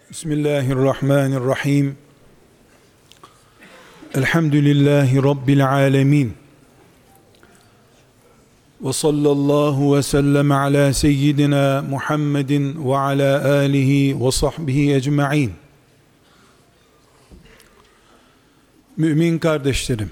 Bismillahirrahmanirrahim. Elhamdülillahi Rabbil alemin. Ve sallallahu ve sellem ala seyyidina Muhammedin ve ala alihi ve sahbihi ecma'in. Mümin kardeşlerim,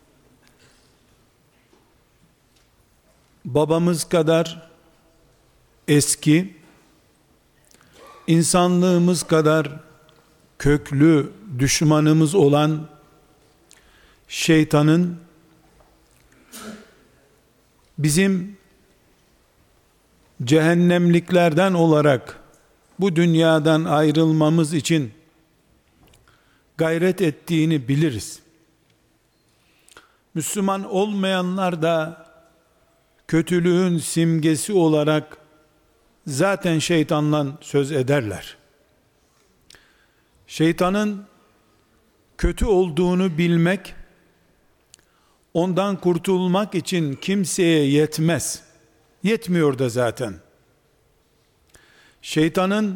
babamız kadar eski, insanlığımız kadar köklü düşmanımız olan şeytanın bizim cehennemliklerden olarak bu dünyadan ayrılmamız için gayret ettiğini biliriz. Müslüman olmayanlar da kötülüğün simgesi olarak zaten şeytanla söz ederler. Şeytanın kötü olduğunu bilmek, ondan kurtulmak için kimseye yetmez. Yetmiyor da zaten. Şeytanın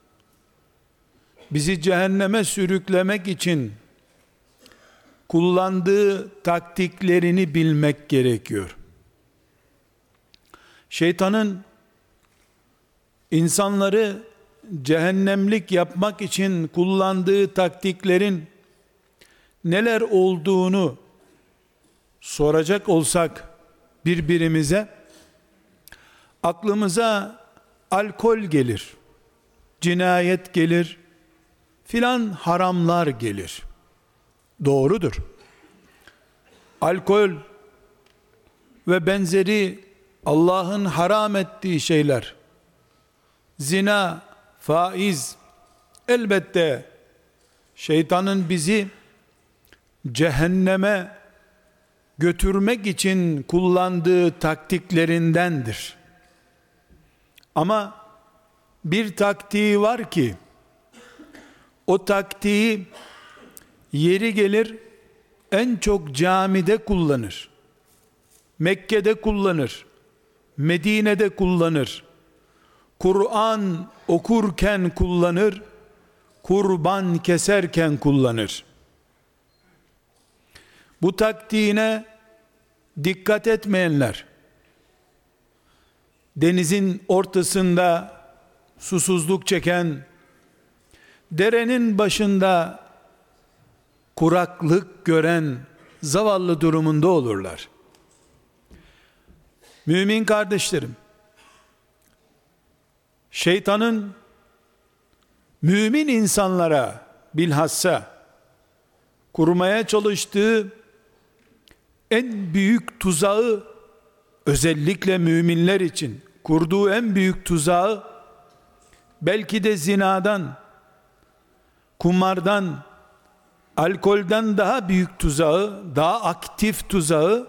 bizi cehenneme sürüklemek için kullandığı taktiklerini bilmek gerekiyor. Şeytanın insanları cehennemlik yapmak için kullandığı taktiklerin neler olduğunu soracak olsak birbirimize, aklımıza alkol gelir, cinayet gelir, filan haramlar gelir. Doğrudur. Alkol ve benzeri Allah'ın haram ettiği şeyler, zina, faiz, elbette şeytanın bizi cehenneme götürmek için kullandığı taktiklerindendir. Ama bir taktiği var ki, o taktiği yeri gelir en çok camide kullanır, Mekke'de kullanır, Medine'de kullanır, Kur'an okurken kullanır, kurban keserken kullanır. Bu taktiğine dikkat etmeyenler, denizin ortasında susuzluk çeken, derenin başında kuraklık gören zavallı durumunda olurlar. Mümin kardeşlerim, şeytanın mümin insanlara bilhassa kurmaya çalıştığı en büyük tuzağı, özellikle müminler için kurduğu en büyük tuzağı, belki de zinadan, kumardan, alkolden daha büyük tuzağı, daha aktif tuzağı,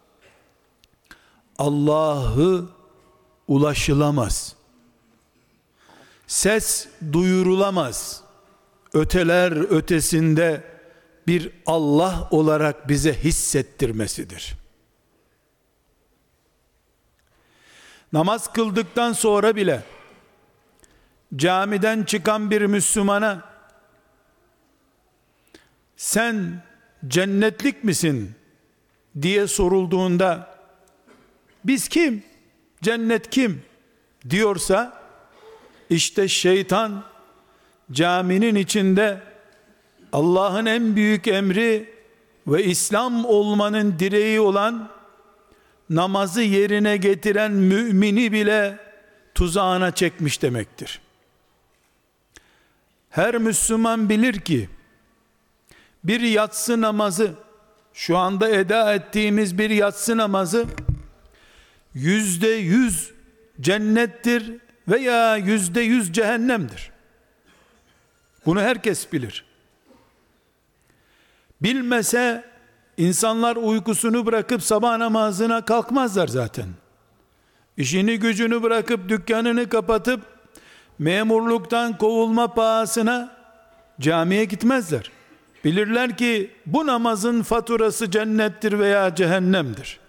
Allah'ı ulaşılamaz, ses duyurulamaz, öteler ötesinde bir Allah olarak bize hissettirmesidir. Namaz kıldıktan sonra bile camiden çıkan bir Müslümana sen cennetlik misin diye sorulduğunda biz kim, cennet kim diyorsa, işte şeytan caminin içinde Allah'ın en büyük emri ve İslam olmanın direği olan namazı yerine getiren mümini bile tuzağına çekmiş demektir. Her Müslüman bilir ki bir yatsı namazı, şu anda eda ettiğimiz bir yatsı namazı %100 cennettir veya %100 cehennemdir. Bunu herkes bilir. Bilmese insanlar uykusunu bırakıp sabah namazına kalkmazlar zaten. İşini gücünü bırakıp dükkanını kapatıp memurluktan kovulma pahasına camiye gitmezler. Bilirler ki bu namazın faturası cennettir veya cehennemdir.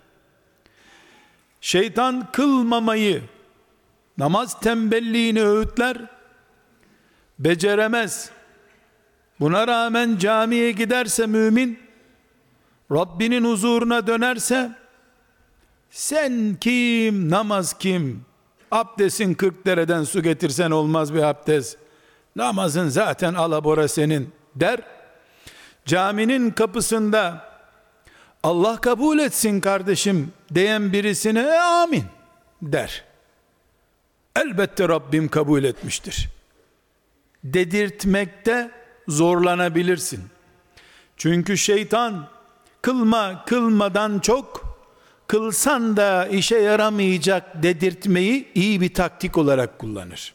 Şeytan kılmamayı, namaz tembelliğini öğütler beceremez. Buna rağmen camiye giderse mümin, Rabbinin huzuruna dönerse, sen kim, namaz kim, abdestin 40 dereden su getirsen olmaz bir abdest, namazın zaten alabora senin der. Caminin kapısında Allah kabul etsin kardeşim diyen birisine amin der. Elbette Rabbim kabul etmiştir dedirtmekte zorlanabilirsin. Çünkü şeytan kılma kılmadan çok, kılsan da işe yaramayacak dedirtmeyi iyi bir taktik olarak kullanır.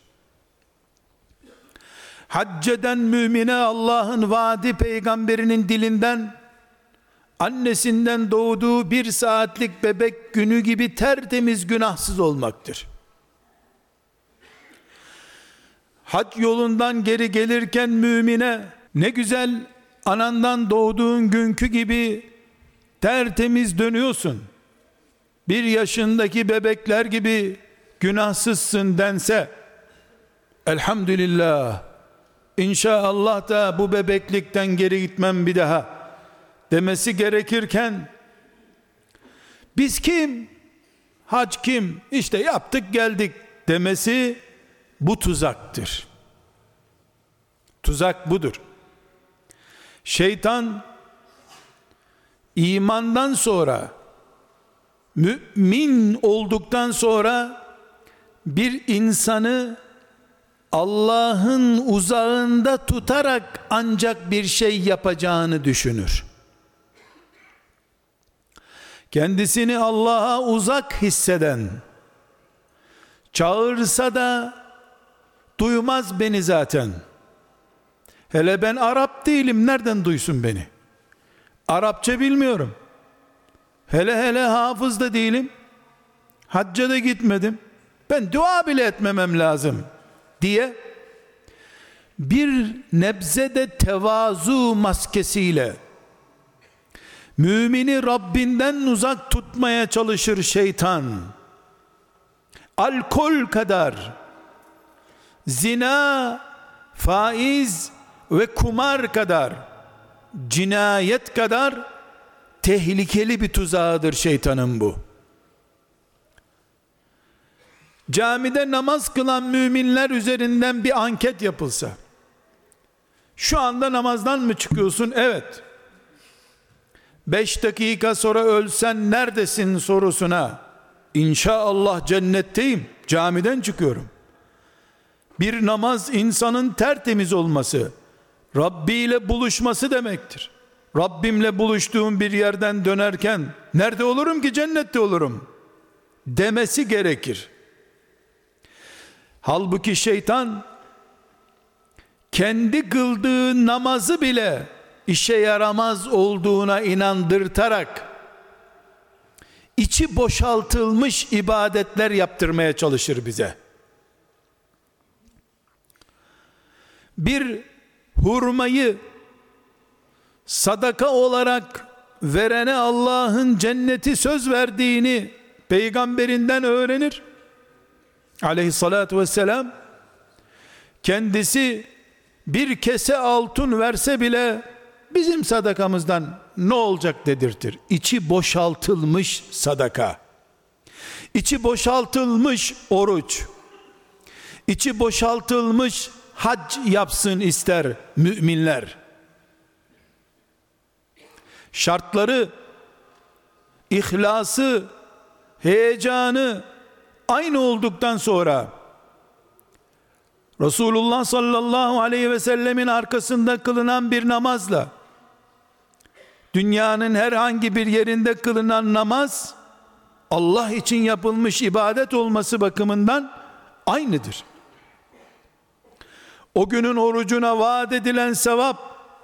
Hacceden mümine Allah'ın vaadi peygamberinin dilinden, annesinden doğduğu 1 saatlik bebek günü gibi tertemiz, günahsız olmaktır. Hac yolundan geri gelirken mümine, ne güzel anandan doğduğun günkü gibi tertemiz dönüyorsun, 1 yaşındaki bebekler gibi günahsızsın dense, elhamdülillah, İnşallah da bu bebeklikten geri gitmem bir daha demesi gerekirken, biz kim, hac kim, işte yaptık geldik demesi, bu tuzaktır. Tuzak budur. Şeytan imandan sonra, mümin olduktan sonra bir insanı Allah'ın uzağında tutarak ancak bir şey yapacağını düşünür. Kendisini Allah'a uzak hisseden, çağırsa da duymaz beni zaten. Hele ben Arap değilim, nereden duysun beni? Arapça bilmiyorum. Hele hafız da değilim. Hacca da gitmedim. Ben dua bile etmemem lazım diye bir nebzede tevazu maskesiyle mümini Rabbinden uzak tutmaya çalışır şeytan. Alkol kadar, zina, faiz ve kumar kadar, cinayet kadar tehlikeli bir tuzağıdır şeytanın bu. Camide namaz kılan müminler üzerinden bir anket yapılsa, şu anda namazdan mı çıkıyorsun? Evet. 5 dakika sonra ölsen neredesin sorusuna, İnşallah cennetteyim, camiden çıkıyorum. Bir namaz insanın tertemiz olması, Rabbi ile buluşması demektir. Rabbimle buluştuğum bir yerden dönerken nerede olurum ki, cennette olurum demesi gerekir. Halbuki şeytan kendi kıldığı namazı bile işe yaramaz olduğuna inandırtarak içi boşaltılmış ibadetler yaptırmaya çalışır bize. Bir hurmayı sadaka olarak verene Allah'ın cenneti söz verdiğini peygamberinden öğrenir. Aleyhissalatü vesselam, kendisi bir kese altın verse bile bizim sadakamızdan ne olacak dedirtir. İçi boşaltılmış sadaka, içi boşaltılmış oruç, içi boşaltılmış hac yapsın ister müminler. Şartları, ihlası, heyecanı aynı olduktan sonra Resulullah sallallahu aleyhi ve sellemin arkasında kılınan bir namazla dünyanın herhangi bir yerinde kılınan namaz, Allah için yapılmış ibadet olması bakımından aynıdır. O günün orucuna vaat edilen sevap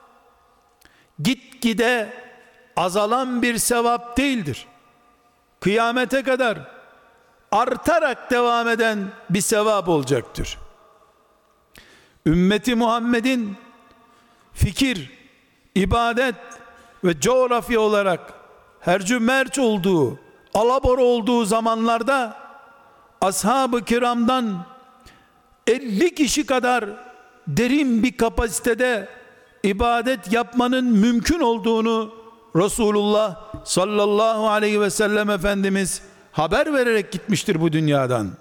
gitgide azalan bir sevap değildir. Kıyamete kadar artarak devam eden bir sevap olacaktır. Ümmeti Muhammed'in fikir, ibadet ve coğrafya olarak hercü merç olduğu, alabor olduğu zamanlarda ashab-ı kiramdan 50 kişi kadar derin bir kapasitede ibadet yapmanın mümkün olduğunu Resulullah sallallahu aleyhi ve sellem Efendimiz haber vererek gitmiştir bu dünyadan.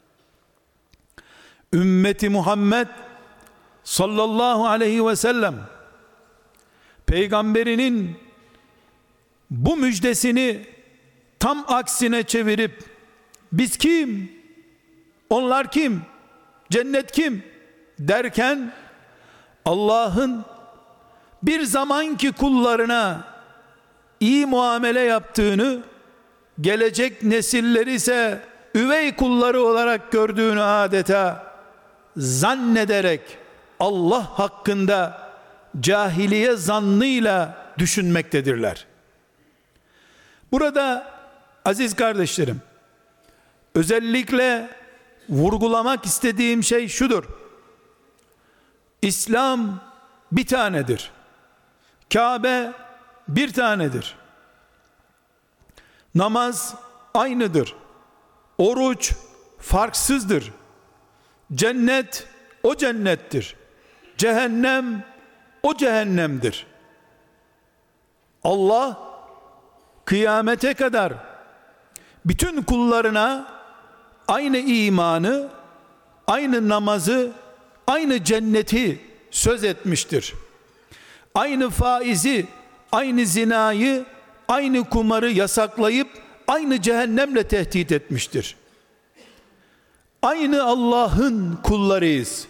Ümmeti Muhammed sallallahu aleyhi ve sellem peygamberinin bu müjdesini tam aksine çevirip biz kim, onlar kim, cennet kim derken Allah'ın bir zamanki kullarına iyi muamele yaptığını, gelecek nesilleri ise üvey kulları olarak gördüğünü adeta zannederek Allah hakkında cahiliye zannıyla düşünmektedirler. Burada aziz kardeşlerim, özellikle vurgulamak istediğim şey şudur: İslam bir tanedir. Kabe bir tanedir. Namaz aynıdır. Oruç farksızdır. Cennet o cennettir. Cehennem o cehennemdir. Allah kıyamete kadar bütün kullarına aynı imanı, aynı namazı, aynı cenneti söz etmiştir. Aynı faizi, aynı zinayı, aynı kumarı yasaklayıp aynı cehennemle tehdit etmiştir. Aynı Allah'ın kullarıyız.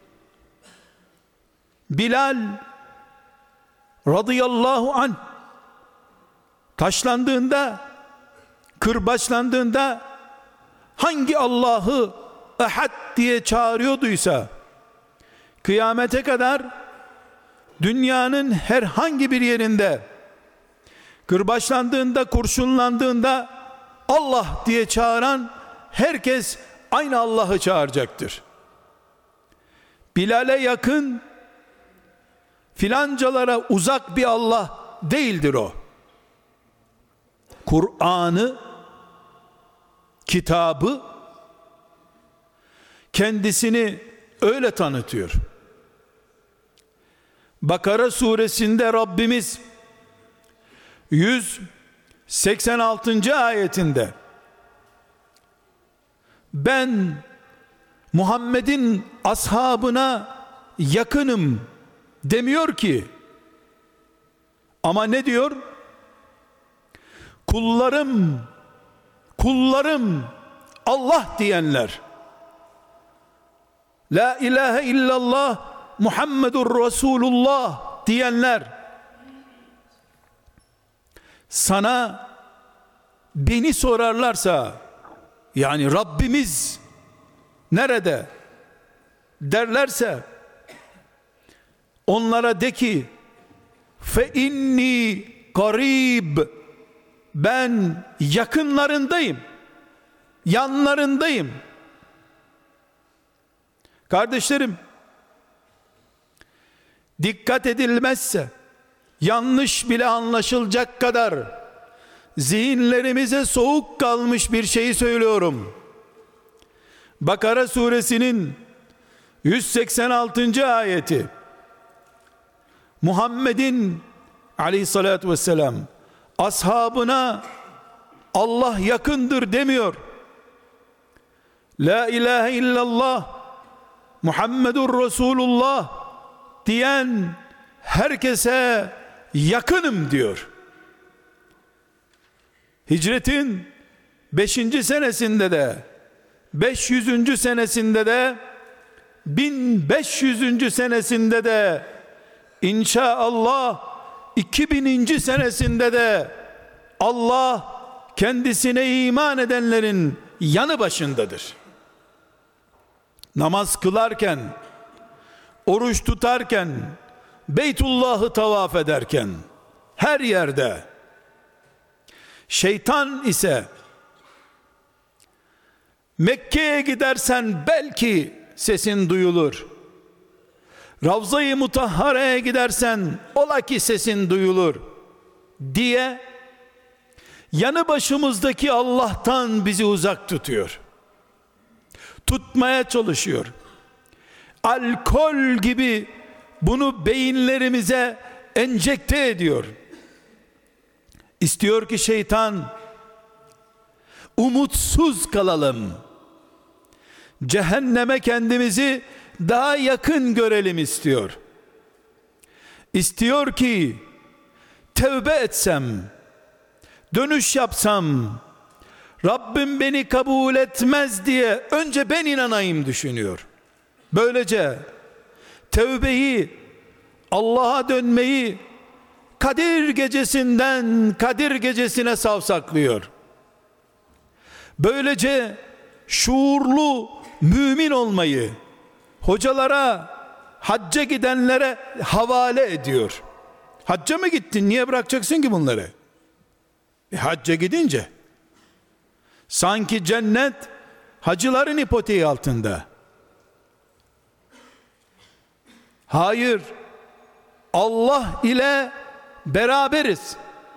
Bilal radıyallahu anh taşlandığında, kırbaçlandığında hangi Allah'ı Ehad diye çağırıyorduysa, kıyamete kadar dünyanın herhangi bir yerinde kırbaçlandığında, kurşunlandığında Allah diye çağıran herkes aynı Allah'ı çağıracaktır. Bilal'e yakın, filancalara uzak bir Allah değildir o. Kur'an'ı, kitabı kendisini öyle tanıtıyor. Bakara suresinde Rabbimiz 186. ayetinde ben Muhammed'in ashabına yakınım demiyor ki, ama ne diyor? Kullarım Allah diyenler, la ilahe illallah Muhammedur Resulullah diyenler, sana beni sorarlarsa, yani Rabbimiz nerede derlerse, onlara de ki fe inni garib, ben yakınlarındayım, yanlarındayım. Kardeşlerim, dikkat edilmezse yanlış bile anlaşılacak kadar zihinlerimize soğuk kalmış bir şeyi söylüyorum. Bakara suresinin 186. ayeti Muhammed'in aleyhissalatü vesselam ashabına Allah yakındır demiyor. La ilahe illallah Muhammedur Resulullah diyen herkese yakınım diyor. Hicretin 5. senesinde de, 500. senesinde de, 1500. senesinde de, İnşaallah 2000. senesinde de Allah kendisine iman edenlerin yanı başındadır. Namaz kılarken, oruç tutarken, Beytullah'ı tavaf ederken, her yerde. Şeytan ise Mekke'ye gidersen belki sesin duyulur, Ravza-i Mutahhare'ye gidersen ola ki sesin duyulur diye yanı başımızdaki Allah'tan bizi uzak tutuyor. Tutmaya çalışıyor. alkol gibi bunu beyinlerimize enjekte ediyor. İstiyor ki şeytan umutsuz kalalım. Cehenneme kendimizi daha yakın görelim istiyor. İstiyor ki tevbe etsem, dönüş yapsam, Rabbim beni kabul etmez diye önce ben inanayım düşünüyor. Böylece tevbeyi, Allah'a dönmeyi Kadir gecesinden Kadir gecesine savsaklıyor. Böylece şuurlu mümin olmayı hocalara, hacca gidenlere havale ediyor. Hacca mı gittin? Niye bırakacaksın ki bunları? Hacca gidince sanki cennet hacıların ipoteği altında. Hayır, Allah ile beraberiz.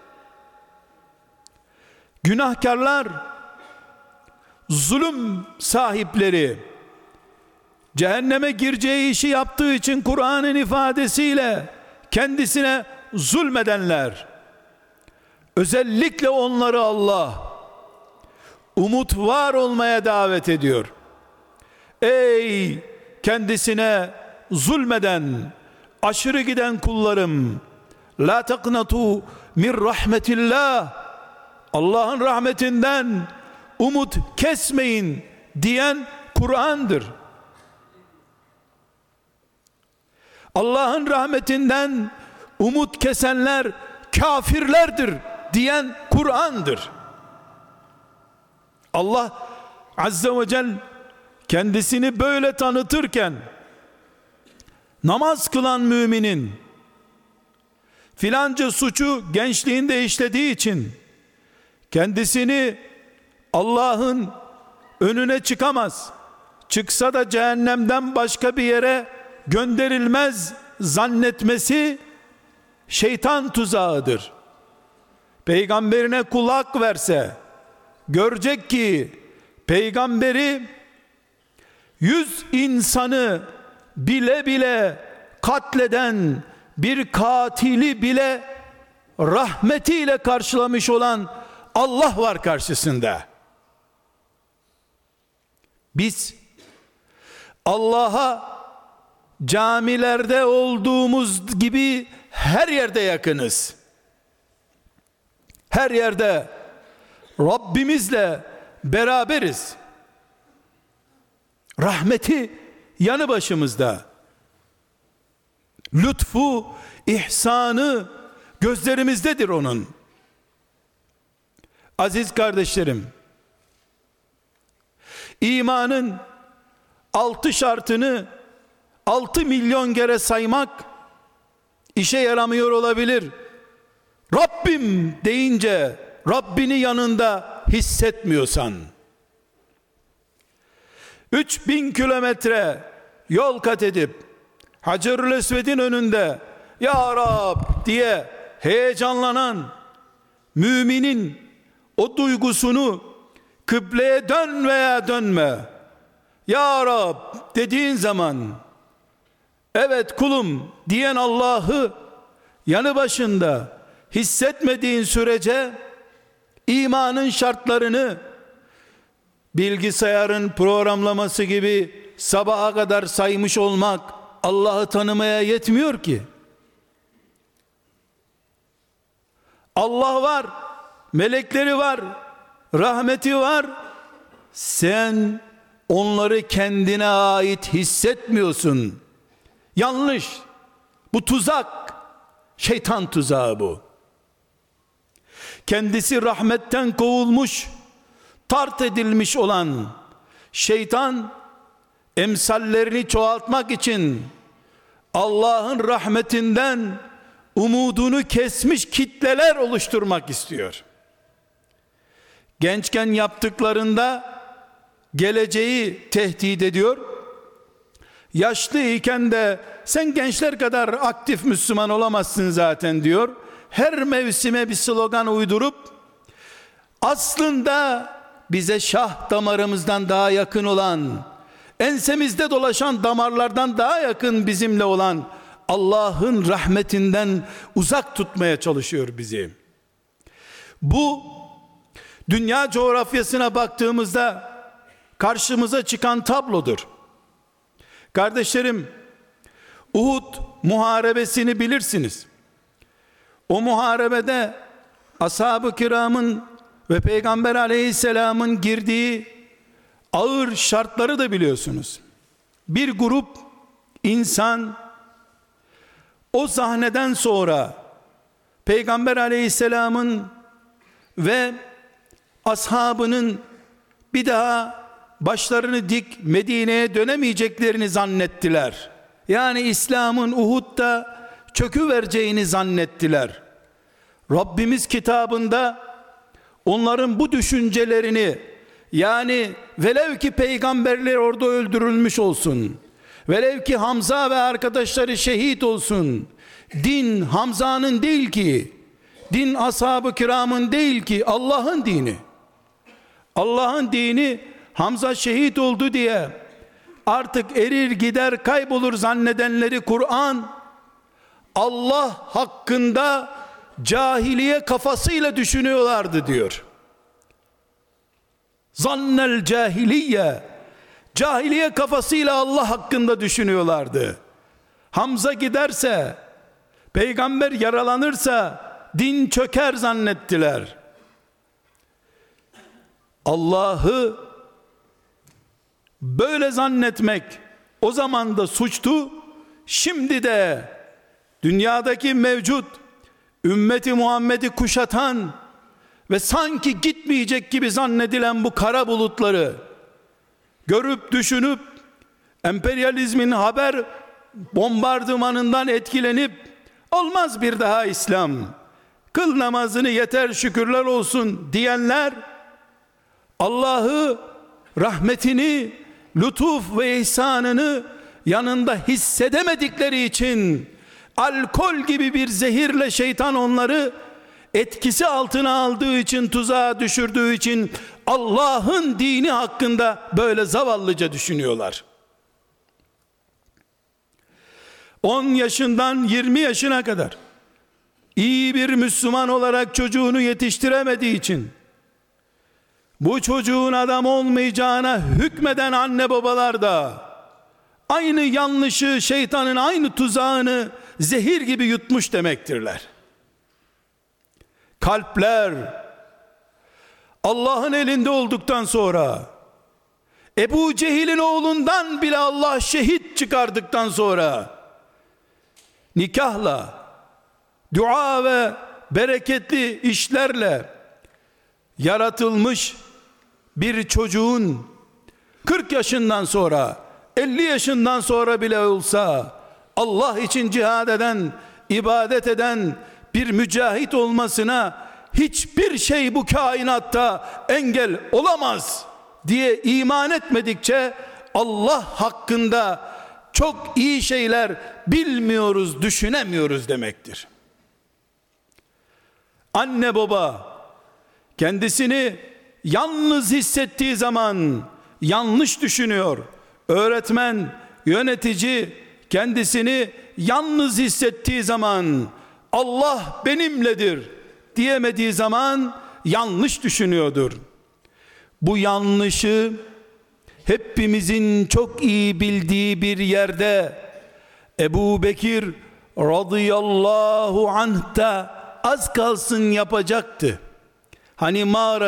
Günahkarlar, zulüm sahipleri, cehenneme gireceği işi yaptığı için Kur'an'ın ifadesiyle kendisine zulmedenler, özellikle onları Allah umut var olmaya davet ediyor. Ey kendisine zulmeden, aşırı giden kullarım, la taqnatu min rahmetillah, Allah'ın rahmetinden umut kesmeyin diyen Kur'an'dır. Allah'ın rahmetinden umut kesenler kafirlerdir diyen Kur'an'dır. Allah Azze ve Celle kendisini böyle tanıtırken, namaz kılan müminin filanca suçu gençliğinde işlediği için kendisini Allah'ın önüne çıkamaz, çıksa da cehennemden başka bir yere gönderilmez zannetmesi şeytan tuzağıdır. Peygamberine kulak verse görecek ki peygamberi 100 insanı bile bile katleden bir katili bile rahmetiyle karşılamış olan Allah var karşısında. Biz Allah'a camilerde olduğumuz gibi her yerde yakınız. Her yerde Rabbimizle beraberiz. Rahmeti yanı başımızda. Lütfu, ihsanı gözlerimizdedir onun. Aziz kardeşlerim, imanın 6 şartını 6 milyon kere saymak işe yaramıyor olabilir. Rabbim deyince Rabbini yanında hissetmiyorsan, 3000 kilometre yol kat edip Hacer-ül Esved'in önünde Ya Rab diye heyecanlanan müminin o duygusunu kıbleye dön veya dönme, Ya Rab dediğin zaman evet kulum diyen Allah'ı yanı başında hissetmediğin sürece imanın şartlarını bilgisayarın programlaması gibi sabaha kadar saymış olmak Allah'ı tanımaya yetmiyor ki. Allah var, melekleri var, rahmeti var. Sen onları kendine ait hissetmiyorsun. Yanlış. Bu tuzak. Şeytan tuzağı bu. Kendisi rahmetten kovulmuş, tart edilmiş olan şeytan emsallerini çoğaltmak için Allah'ın rahmetinden umudunu kesmiş kitleler oluşturmak istiyor. Gençken yaptıklarında geleceği tehdit ediyor. Yaşlı iken de sen gençler kadar aktif Müslüman olamazsın zaten diyor. Her mevsime bir slogan uydurup aslında bize şah damarımızdan daha yakın olan ensemizde dolaşan damarlardan daha yakın bizimle olan Allah'ın rahmetinden uzak tutmaya çalışıyor bizi. Bu dünya coğrafyasına baktığımızda karşımıza çıkan tablodur. Kardeşlerim, Uhud muharebesini bilirsiniz. O muharebede ashab-ı kiramın ve Peygamber aleyhisselamın girdiği ağır şartları da biliyorsunuz. Bir grup insan o sahneden sonra Peygamber aleyhisselamın ve ashabının bir daha başlarını dik Medine'ye dönemeyeceklerini zannettiler. Yani İslam'ın Uhud'da çöküvereceğini zannettiler. Rabbimiz kitabında onların bu düşüncelerini, yani velev ki peygamberler orada öldürülmüş olsun, velev ki Hamza ve arkadaşları şehit olsun, din Hamza'nın değil ki, din ashab-ı kiramın değil ki, Allah'ın dini. Allah'ın dini Hamza şehit oldu diye artık erir gider kaybolur zannedenleri Kur'an Allah hakkında cahiliye kafasıyla düşünüyorlardı diyor. Zannel cahiliye, cahiliye kafasıyla Allah hakkında düşünüyorlardı. Hamza giderse, peygamber yaralanırsa din çöker zannettiler. Allah'ı böyle zannetmek o zaman da suçtu, şimdi de dünyadaki mevcut ümmeti Muhammed'i kuşatan ve sanki gitmeyecek gibi zannedilen bu kara bulutları görüp düşünüp emperyalizmin haber bombardımanından etkilenip olmaz bir daha İslam, kıl namazını yeter şükürler olsun diyenler Allah'ı, rahmetini, lütuf ve ihsanını yanında hissedemedikleri için, alkol gibi bir zehirle şeytan onları etkisi altına aldığı için, tuzağa düşürdüğü için Allah'ın dini hakkında böyle zavallıca düşünüyorlar. 10 yaşından 20 yaşına kadar iyi bir Müslüman olarak çocuğunu yetiştiremediği için, bu çocuğun adam olmayacağına hükmeden anne babalar da aynı yanlışı, şeytanın aynı tuzağını zehir gibi yutmuş demektirler. Kalpler Allah'ın elinde olduktan sonra, Ebu Cehil'in oğlundan bile Allah şehit çıkardıktan sonra, nikahla, dua ve bereketli işlerle yaratılmış bir çocuğun 40 yaşından sonra, 50 yaşından sonra bile olsa Allah için cihad eden, ibadet eden bir mücahit olmasına hiçbir şey bu kainatta engel olamaz diye iman etmedikçe Allah hakkında çok iyi şeyler bilmiyoruz, düşünemiyoruz demektir. Anne baba kendisini yalnız hissettiği zaman yanlış düşünüyor. Öğretmen, yönetici kendisini yalnız hissettiği zaman, Allah benimledir diyemediği zaman yanlış düşünüyordur. Bu yanlışı hepimizin çok iyi bildiği bir yerde Ebu Bekir radıyallahu anh da az kalsın yapacaktı. Hani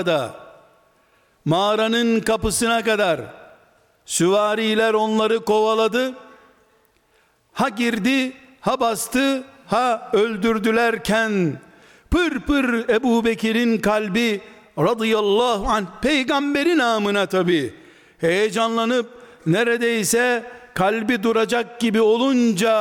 mağaranın kapısına kadar süvariler onları kovaladı, ha girdi, ha bastı, ha öldürdülerken pır pır Ebu Bekir'in kalbi radıyallahu anh, peygamberin namına tabi heyecanlanıp neredeyse kalbi duracak gibi olunca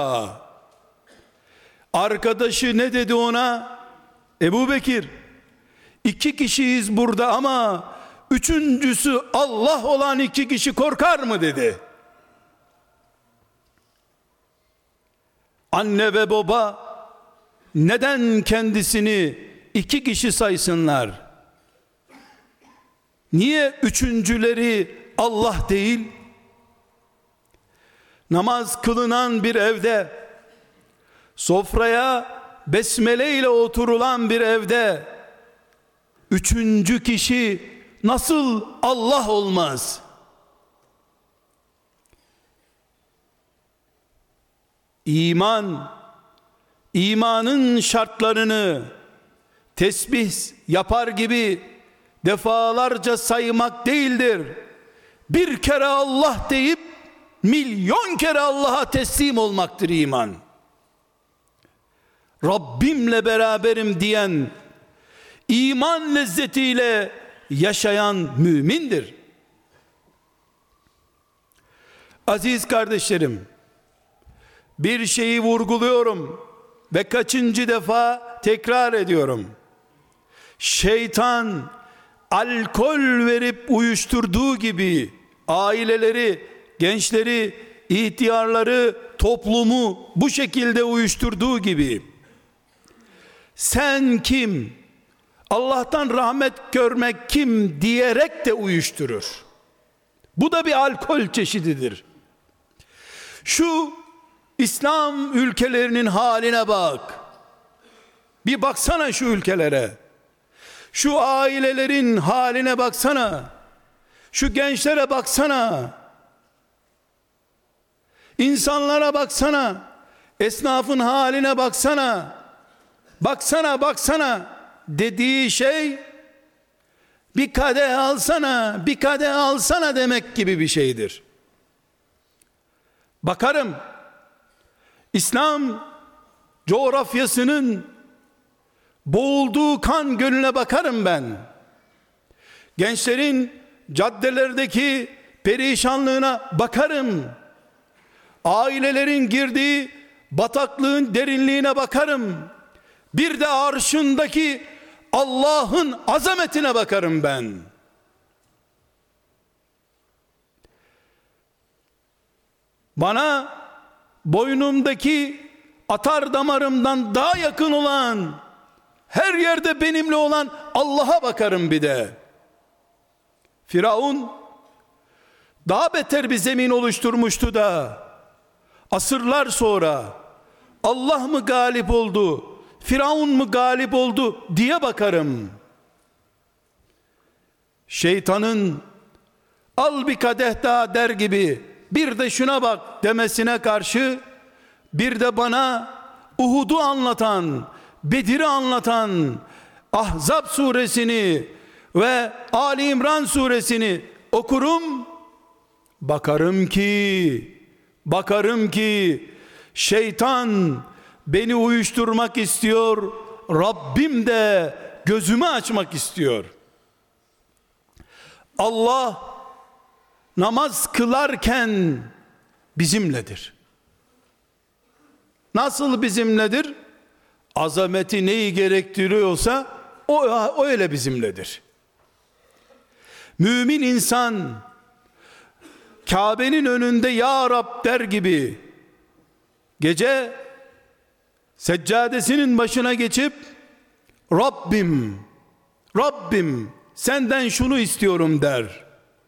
arkadaşı ne dedi ona? Ebu Bekir, 2 kişiyiz burada ama üçüncüsü Allah olan 2 kişi korkar mı dedi. Anne ve baba neden kendisini 2 kişi saysınlar? Niye üçüncüleri Allah değil? namaz kılınan bir evde, sofraya besmele ile oturulan bir evde, üçüncü kişi nasıl Allah olmaz? İmanın şartlarını tesbih yapar gibi defalarca saymak değildir. Bir kere Allah deyip milyon kere Allah'a teslim olmaktır iman. Rabbimle beraberim diyen, iman lezzetiyle yaşayan mümindir. Aziz kardeşlerim, bir şeyi vurguluyorum ve kaçıncı defa tekrar ediyorum. Şeytan alkol verip uyuşturduğu gibi aileleri, gençleri, ihtiyarları, toplumu bu şekilde uyuşturduğu gibi, sen kim, Allah'tan rahmet görmek kim diyerek de uyuşturur. Bu da bir alkol çeşididir. Şu İslam ülkelerinin haline bak. Bir baksana şu ülkelere. Şu ailelerin haline baksana. Şu gençlere baksana. İnsanlara baksana. Esnafın haline baksana. Baksana dediği şey bir kadeh alsana demek gibi bir şeydir. Bakarım, İslam coğrafyasının boğulduğu kan gölüne bakarım ben. Gençlerin caddelerdeki perişanlığına bakarım. Ailelerin girdiği bataklığın derinliğine bakarım. Bir de arşındaki Allah'ın azametine bakarım ben. Bana boynumdaki atar damarımdan daha yakın olan, her yerde benimle olan Allah'a bakarım bir de. Firavun daha beter bir zemin oluşturmuştu da asırlar sonra Allah mı galip oldu, Firavun mu galip oldu diye bakarım. Şeytanın al bir kadeh daha der gibi bir de şuna bak demesine karşı, bir de bana Uhud'u anlatan, Bedir'i anlatan Ahzab suresini ve Ali İmran suresini okurum, bakarım ki şeytan beni uyuşturmak istiyor, Rabbim de gözümü açmak istiyor. Allah namaz kılarken bizimledir. Nasıl bizimledir? Azameti neyi gerektiriyorsa o öyle bizimledir. Mümin insan Kabe'nin önünde ya Rab der gibi gece seccadesinin başına geçip Rabbim senden şunu istiyorum der.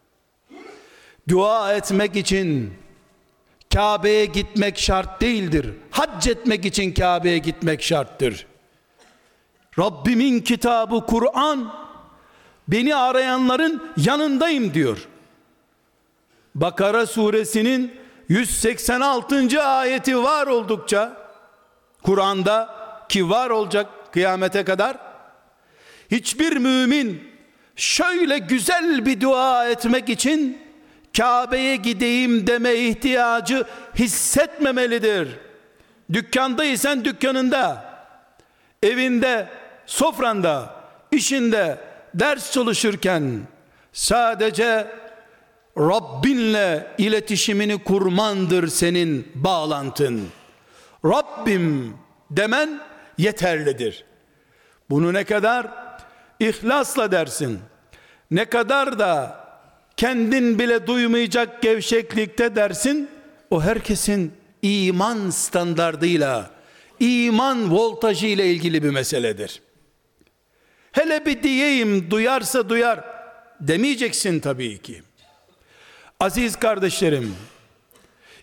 Dua etmek için Kabe'ye gitmek şart değildir. Hac etmek için Kabe'ye gitmek şarttır. Rabbimin kitabı Kur'an, beni arayanların yanındayım diyor. Bakara suresinin 186. ayeti var oldukça Kur'an'da, ki var olacak kıyamete kadar, hiçbir mümin şöyle güzel bir dua etmek için Kabe'ye gideyim deme ihtiyacı hissetmemelidir. Dükkandaysan dükkanında, evinde, sofranda, işinde, ders çalışırken sadece Rabbinle iletişimini kurmandır senin bağlantın. Rabbim demen yeterlidir. Bunu ne kadar ihlasla dersin, ne kadar da kendin bile duymayacak gevşeklikte dersin, o herkesin iman standardıyla, iman voltajı ile ilgili bir meseledir. Hele bir diyeyim, duyarsa duyar demeyeceksin tabii ki. Aziz kardeşlerim,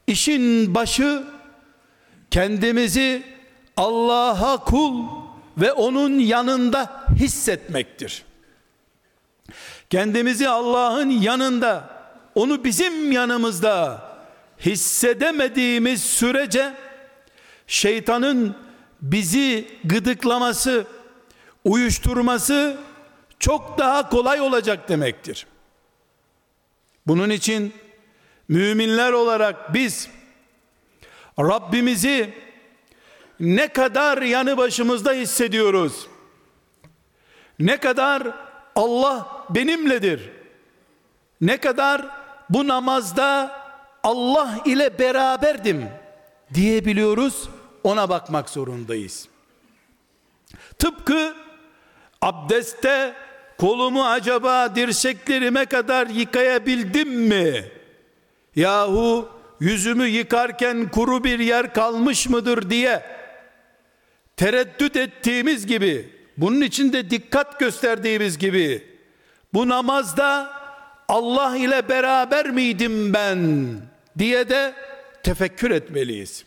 İşin başı kendimizi Allah'a kul ve onun yanında hissetmektir. Kendimizi Allah'ın yanında, onu bizim yanımızda hissedemediğimiz sürece şeytanın bizi gıdıklaması, uyuşturması çok daha kolay olacak demektir. Bunun için müminler olarak biz Rabbimizi ne kadar yanı başımızda hissediyoruz, ne kadar Allah benimledir, ne kadar bu namazda Allah ile beraberdim diyebiliyoruz, ona bakmak zorundayız. Tıpkı abdestte kolumu acaba dirseklerime kadar yıkayabildim mi? Yahu yüzümü yıkarken kuru bir yer kalmış mıdır diye tereddüt ettiğimiz gibi, bunun için de dikkat gösterdiğimiz gibi, bu namazda Allah ile beraber miydim ben diye de tefekkür etmeliyiz.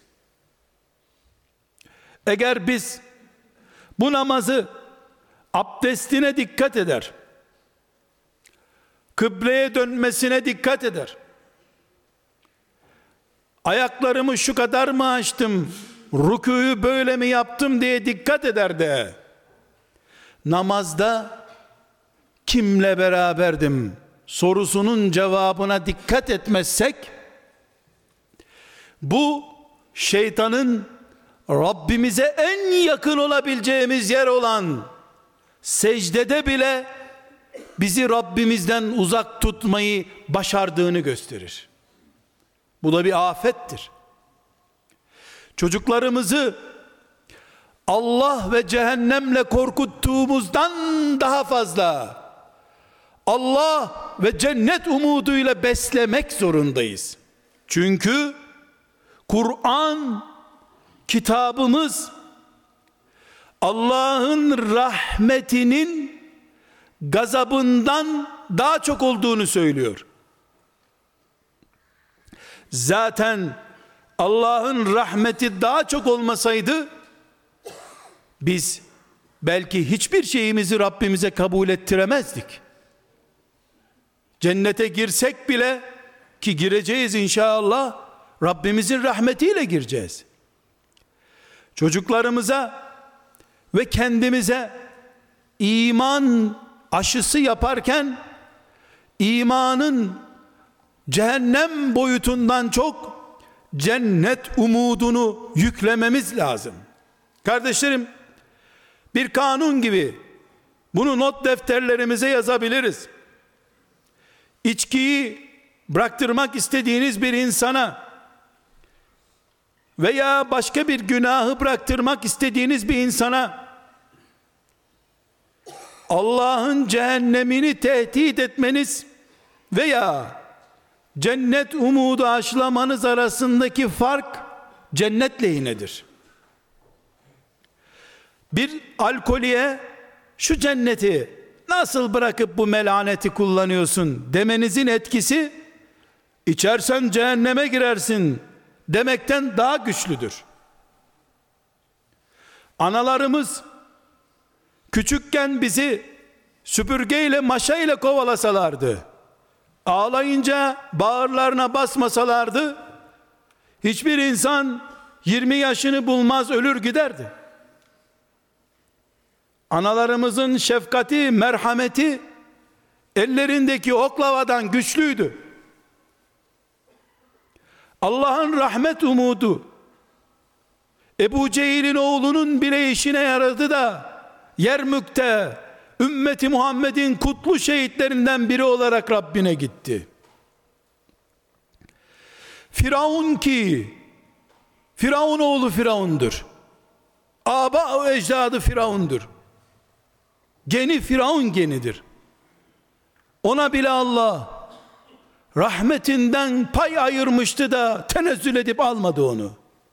Eğer biz bu namazı abdestine dikkat eder, kıbleye dönmesine dikkat eder, ayaklarımı şu kadar mı açtım, rükûyu böyle mi yaptım diye dikkat eder de namazda kimle beraberdim sorusunun cevabına dikkat etmezsek, bu şeytanın Rabbimize en yakın olabileceğimiz yer olan secdede bile bizi Rabbimizden uzak tutmayı başardığını gösterir. Bu da bir afettir. Çocuklarımızı Allah ve cehennemle korkuttuğumuzdan daha fazla Allah ve cennet umuduyla beslemek zorundayız. Çünkü Kur'an kitabımız Allah'ın rahmetinin gazabından daha çok olduğunu söylüyor. Zaten Allah'ın rahmeti daha çok olmasaydı biz belki hiçbir şeyimizi Rabbimize kabul ettiremezdik. Cennete girsek bile, ki gireceğiz inşallah, Rabbimizin rahmetiyle gireceğiz. Çocuklarımıza ve kendimize iman aşısı yaparken imanın cehennem boyutundan çok cennet umudunu yüklememiz lazım. Kardeşlerim, bir kanun gibi bunu not defterlerimize yazabiliriz. İçkiyi bıraktırmak istediğiniz bir insana veya başka bir günahı bıraktırmak istediğiniz bir insana Allah'ın cehennemini tehdit etmeniz veya cennet umudu aşılamanız arasındaki fark cennet lehinedir. Bir alkolüye şu cenneti nasıl bırakıp bu melaneti kullanıyorsun demenizin etkisi, içersen cehenneme girersin demekten daha güçlüdür. Analarımız küçükken bizi süpürgeyle maşayla kovalasalardı, ağlayınca bağırlarına basmasalardı, hiçbir insan 20 yaşını bulmaz ölür giderdi. Analarımızın şefkati, merhameti ellerindeki oklavadan güçlüydü. Allah'ın rahmet umudu Ebu Cehil'in oğlunun bile işine yaradı da Yermük'te ümmeti Muhammed'in kutlu şehitlerinden biri olarak Rabbine gitti. Firavun ki Firavun oğlu Firavundur. Aba ecdadı Firavundur. Geni Firavun genidir. Ona bile Allah rahmetinden pay ayırmıştı da tenezzül edip almadı onu.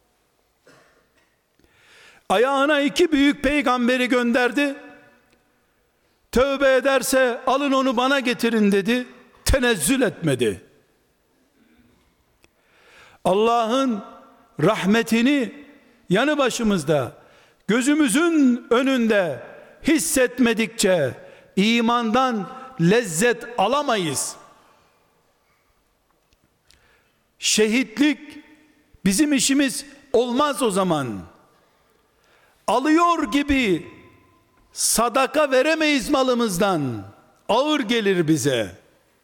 Ayağına 2 büyük peygamberi gönderdi. Tövbe ederse alın onu bana getirin dedi. Tenezzül etmedi. Allah'ın rahmetini yanı başımızda, gözümüzün önünde hissetmedikçe imandan lezzet alamayız. Şehitlik bizim işimiz olmaz o zaman. Alıyor gibi sadaka veremeyiz malımızdan. Ağır gelir bize.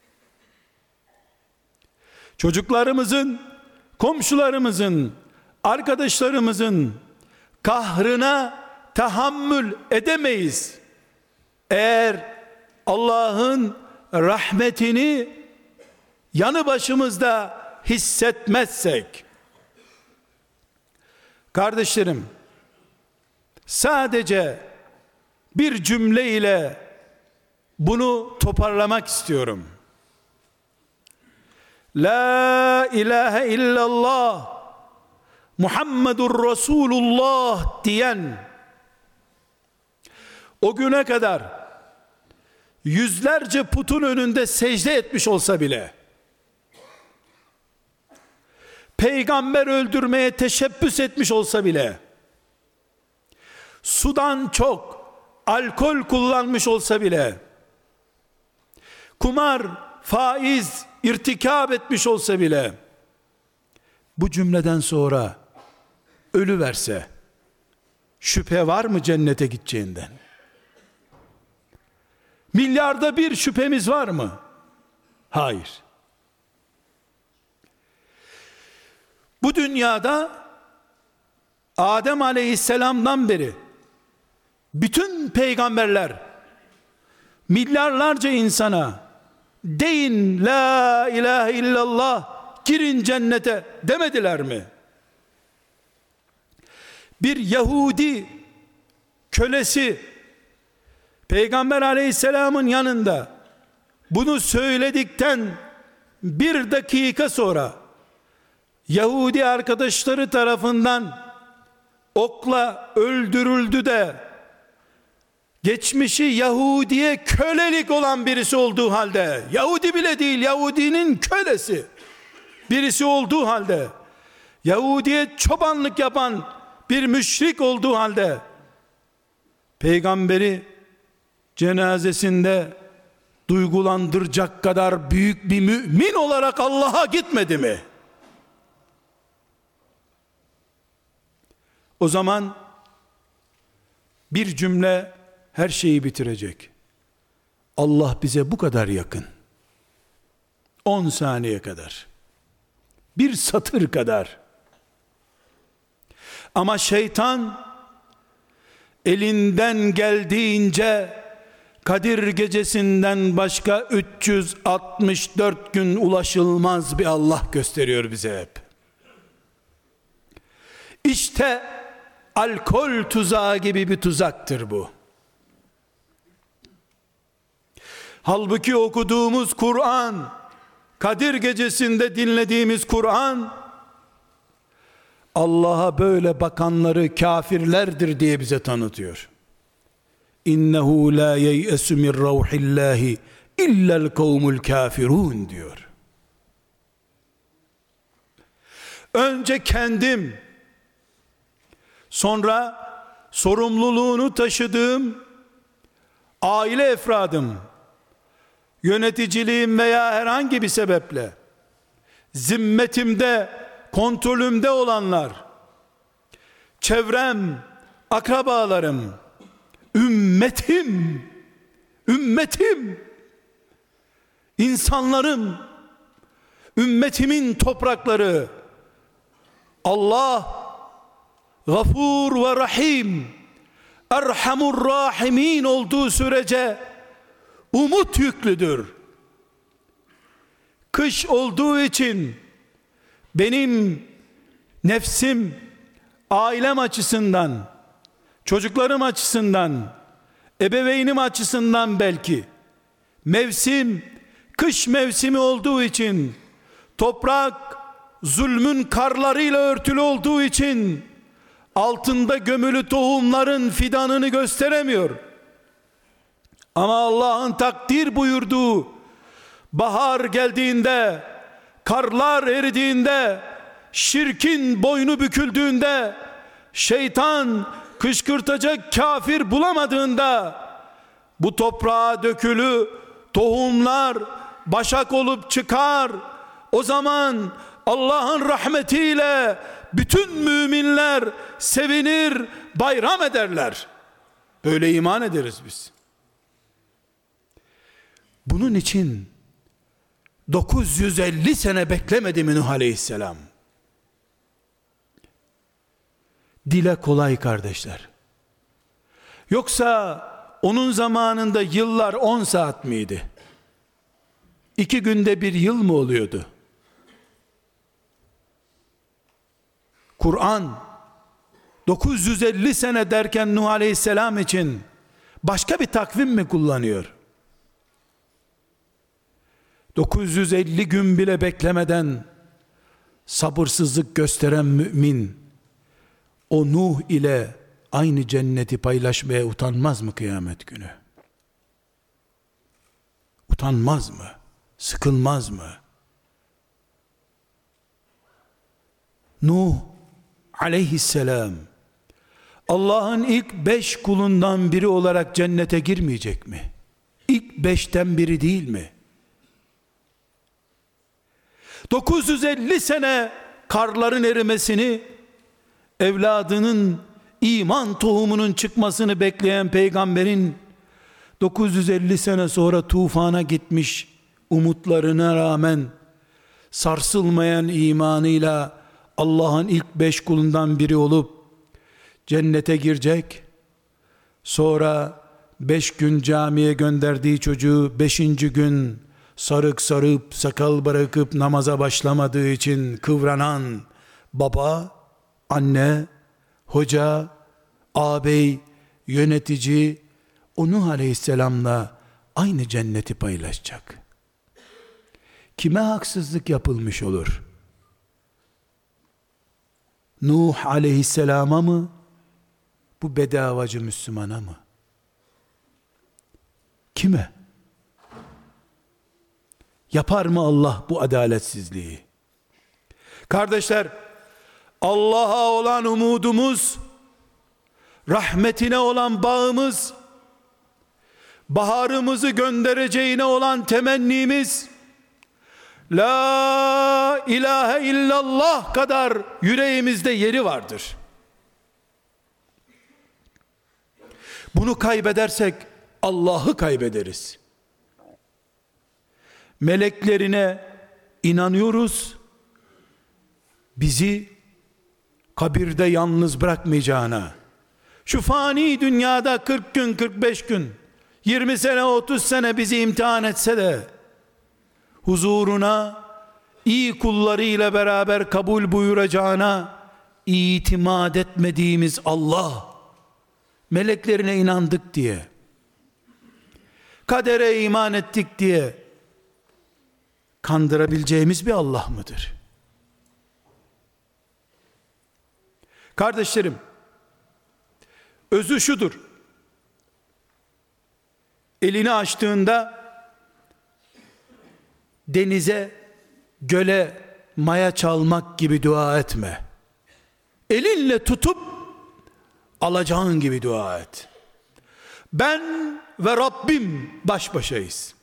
Çocuklarımızın, komşularımızın, arkadaşlarımızın kahrına tahammül edemeyiz. Eğer Allah'ın rahmetini yanı başımızda hissetmezsek. Kardeşlerim, sadece bir cümle ile bunu toparlamak istiyorum. La ilahe illallah Muhammedur Resulullah diyen, o güne kadar yüzlerce putun önünde secde etmiş olsa bile, peygamber öldürmeye teşebbüs etmiş olsa bile, sudan çok alkol kullanmış olsa bile, kumar, faiz irtikab etmiş olsa bile, bu cümleden sonra ölüverse şüphe var mı cennete gideceğinden? Milyarda bir şüphemiz var mı? Hayır. Bu dünyada Adem Aleyhisselam'dan beri bütün peygamberler milyarlarca insana deyin la ilahe illallah, girin cennete demediler mi? Bir Yahudi kölesi Peygamber Aleyhisselam'ın yanında bunu söyledikten bir dakika sonra Yahudi arkadaşları tarafından okla öldürüldü de geçmişi Yahudiye kölelik olan birisi olduğu halde, Yahudi bile değil, Yahudinin kölesi birisi olduğu halde, Yahudiye çobanlık yapan bir müşrik olduğu halde, peygamberi cenazesinde duygulandıracak kadar büyük bir mümin olarak Allah'a gitmedi mi? O zaman bir cümle her şeyi bitirecek. Allah bize bu kadar yakın. 10 saniye kadar. Bir satır kadar. Ama şeytan elinden geldiğince Kadir gecesinden başka 364 gün ulaşılmaz bir Allah gösteriyor bize hep. İşte alkol tuzağı gibi bir tuzaktır bu. Halbuki okuduğumuz Kur'an, Kadir gecesinde dinlediğimiz Kur'an, Allah'a böyle bakanları kafirlerdir diye bize tanıtıyor. İnnehu la yeyesu min ruhillahi illel kavmul kafirun diyor. Önce kendim, sonra sorumluluğunu taşıdığım aile efradım, yöneticiliğim veya herhangi bir sebeple zimmetimde, kontrolümde olanlar, çevrem, akrabalarım, ümmetim, insanlarım, ümmetimin toprakları, Allah Gafur ve Rahim, Erhamur Rahimin olduğu sürece umut yüklüdür. Kış olduğu için benim nefsim, ailem açısından, çocuklarım açısından, ebeveynim açısından belki mevsim kış mevsimi olduğu için, toprak zulmün karlarıyla örtülü olduğu için altında gömülü tohumların fidanını gösteremiyor. Ama Allah'ın takdir buyurduğu bahar geldiğinde, karlar eridiğinde, şirkin boynu büküldüğünde, şeytan kışkırtacak kafir bulamadığında, bu toprağa dökülü tohumlar başak olup çıkar. O zaman Allah'ın rahmetiyle bütün müminler sevinir, bayram ederler. Böyle iman ederiz biz. Bunun için 950 sene beklemedi mi Nuh Aleyhisselam? Dile kolay kardeşler. Yoksa onun zamanında yıllar 10 saat miydi? 2 günde bir yıl mı oluyordu? Kur'an 950 sene derken Nuh Aleyhisselam için başka bir takvim mi kullanıyor? 950 gün bile beklemeden sabırsızlık gösteren mümin, o Nuh ile aynı cenneti paylaşmaya utanmaz mı kıyamet günü? Utanmaz mı? Sıkılmaz mı? Nuh aleyhisselam Allah'ın ilk 5 kulundan biri olarak cennete girmeyecek mi? İlk 5'ten biri değil mi? 950 sene karların erimesini, evladının iman tohumunun çıkmasını bekleyen peygamberin 950 sene sonra tufana gitmiş umutlarına rağmen sarsılmayan imanıyla Allah'ın ilk 5 kulundan biri olup cennete girecek. Sonra 5 gün camiye gönderdiği çocuğu 5. gün sarık sarıp sakal bırakıp namaza başlamadığı için kıvranan baba, anne, hoca, ağabey, yönetici o Nuh Aleyhisselam'la aynı cenneti paylaşacak. Kime haksızlık yapılmış olur? Nuh Aleyhisselam'a mı? Bu bedavacı Müslümana mı? Kime? Yapar mı Allah bu adaletsizliği? Kardeşler, Allah'a olan umudumuz, rahmetine olan bağımız, baharımızı göndereceğine olan temennimiz, La ilahe illallah kadar yüreğimizde yeri vardır. Bunu kaybedersek Allah'ı kaybederiz. Meleklerine inanıyoruz, bizi kabirde yalnız bırakmayacağına, şu fani dünyada 40 gün, 45 gün, 20 sene, 30 sene bizi imtihan etse de, huzuruna iyi kullarıyla beraber kabul buyuracağına itimat etmediğimiz Allah, meleklerine inandık diye, kadere iman ettik diye kandırabileceğimiz bir Allah mıdır? Kardeşlerim, özü şudur: elini açtığında denize, göle maya çalmak gibi dua etme. Elinle tutup alacağın gibi dua et. Ben ve Rabbim baş başayız.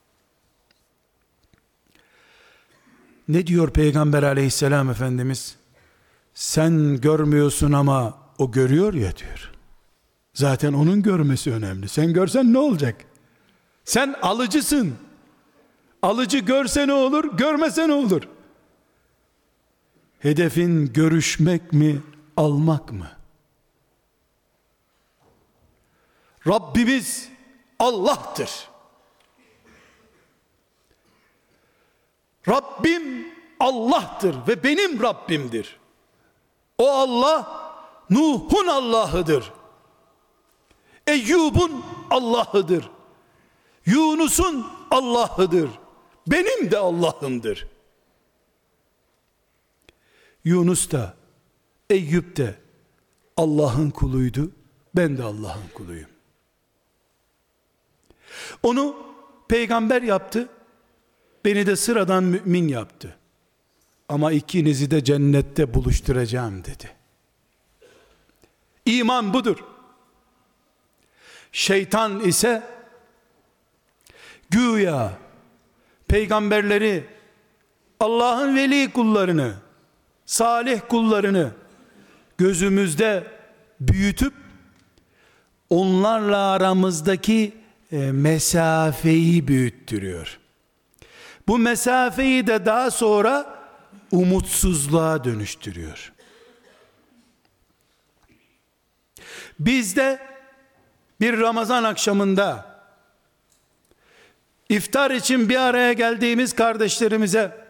Ne diyor Peygamber aleyhisselam Efendimiz? Sen görmüyorsun ama o görüyor ya diyor. Zaten onun görmesi önemli. Sen görsen ne olacak? Sen alıcısın. Alıcı görse ne olur, görmese ne olur? Hedefin görüşmek mi, almak mı? Rabbimiz Allah'tır. Rabbim Allah'tır ve benim Rabbimdir. O Allah Nuh'un Allah'ıdır. Eyyub'un Allah'ıdır. Yunus'un Allah'ıdır. Benim de Allah'ımdır. Yunus da, Eyüp de Allah'ın kuluydu. Ben de Allah'ın kuluyum. Onu peygamber yaptı. Beni de sıradan mümin yaptı. ama ikinizi de cennette buluşturacağım dedi. İman budur. Şeytan ise güya peygamberleri, Allah'ın veli kullarını, salih kullarını gözümüzde büyütüp onlarla aramızdaki mesafeyi büyüttürüyor. Bu mesafeyi de daha sonra umutsuzluğa dönüştürüyor. Biz de bir Ramazan akşamında iftar için bir araya geldiğimiz kardeşlerimize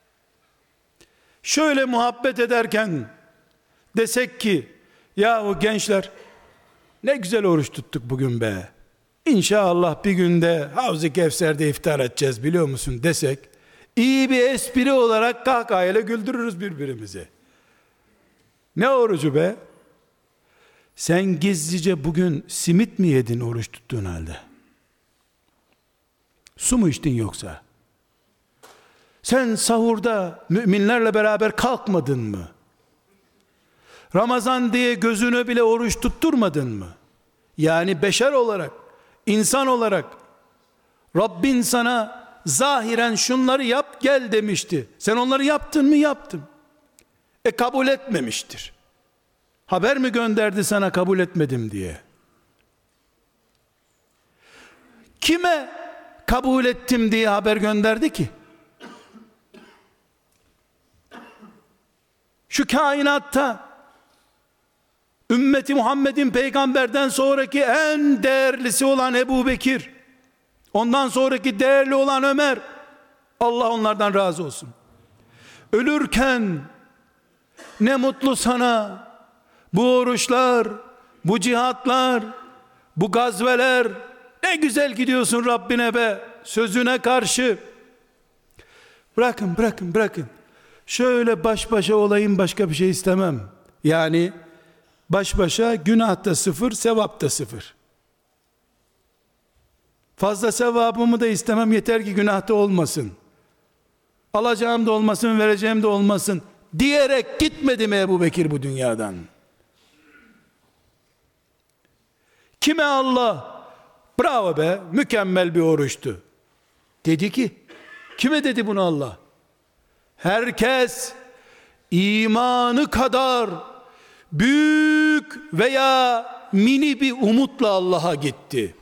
şöyle muhabbet ederken desek ki, yahu gençler ne güzel oruç tuttuk bugün be, İnşallah bir günde Havz-ı Kevser'de iftar edeceğiz biliyor musun desek, iyi bir espri olarak kahkahayla güldürürüz birbirimizi. Ne orucu be? Sen gizlice bugün simit mi yedin oruç tuttuğun halde? Su mu içtin yoksa? Sen sahurda müminlerle beraber kalkmadın mı? Ramazan diye gözünü bile oruç tutturmadın mı? Yani beşer olarak, insan olarak Rabbin sana zahiren şunları yap gel demişti. Sen onları yaptın mı? Yaptım. Kabul etmemiştir. Haber mi gönderdi sana kabul etmedim diye? Kime kabul ettim diye haber gönderdi ki? Şu kainatta ümmeti Muhammed'in peygamberden sonraki en değerlisi olan Ebu Bekir, ondan sonraki değerli olan Ömer, Allah onlardan razı olsun, ölürken ne mutlu sana bu oruçlar, bu cihatlar, bu gazveler, ne güzel gidiyorsun Rabbine be sözüne karşı. Bırakın şöyle baş başa olayım, başka bir şey istemem. Yani baş başa, günahta sıfır, sevapta sıfır. Fazla sevabımı da istemem, yeter ki günahta olmasın. Alacağım da olmasın, vereceğim de olmasın diyerek gitmedi mi Ebu Bekir bu dünyadan? Kime Allah bravo be mükemmel bir oruçtu dedi ki? Kime dedi bunu Allah? Herkes imanı kadar büyük veya mini bir umutla Allah'a gitti.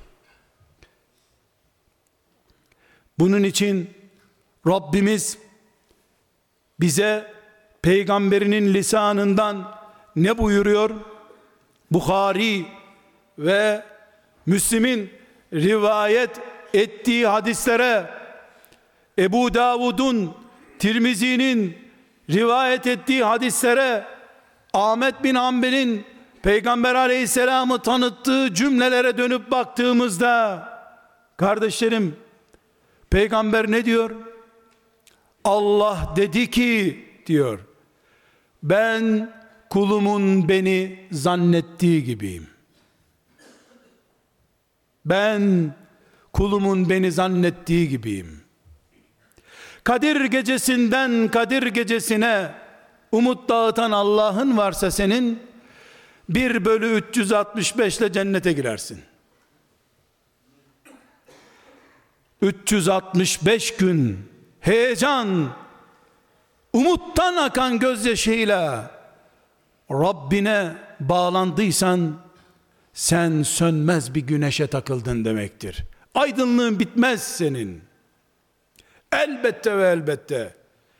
Bunun için Rabbimiz bize peygamberinin lisanından ne buyuruyor? Bukhari ve Müslim'in rivayet ettiği hadislere, Ebu Davud'un, Tirmizi'nin rivayet ettiği hadislere, Ahmet bin Hanbel'in Peygamber aleyhisselamı tanıttığı cümlelere dönüp baktığımızda, kardeşlerim, Peygamber ne diyor? Allah dedi ki diyor, ben kulumun beni zannettiği gibiyim. Ben kulumun beni zannettiği gibiyim. Kadir gecesinden Kadir gecesine umut dağıtan Allah'ın varsa senin 1/365 ile cennete girersin. 365 gün heyecan, umuttan akan gözyaşıyla Rabbine bağlandıysan sen sönmez bir güneşe takıldın demektir. Aydınlığın bitmez senin. Elbette ve elbette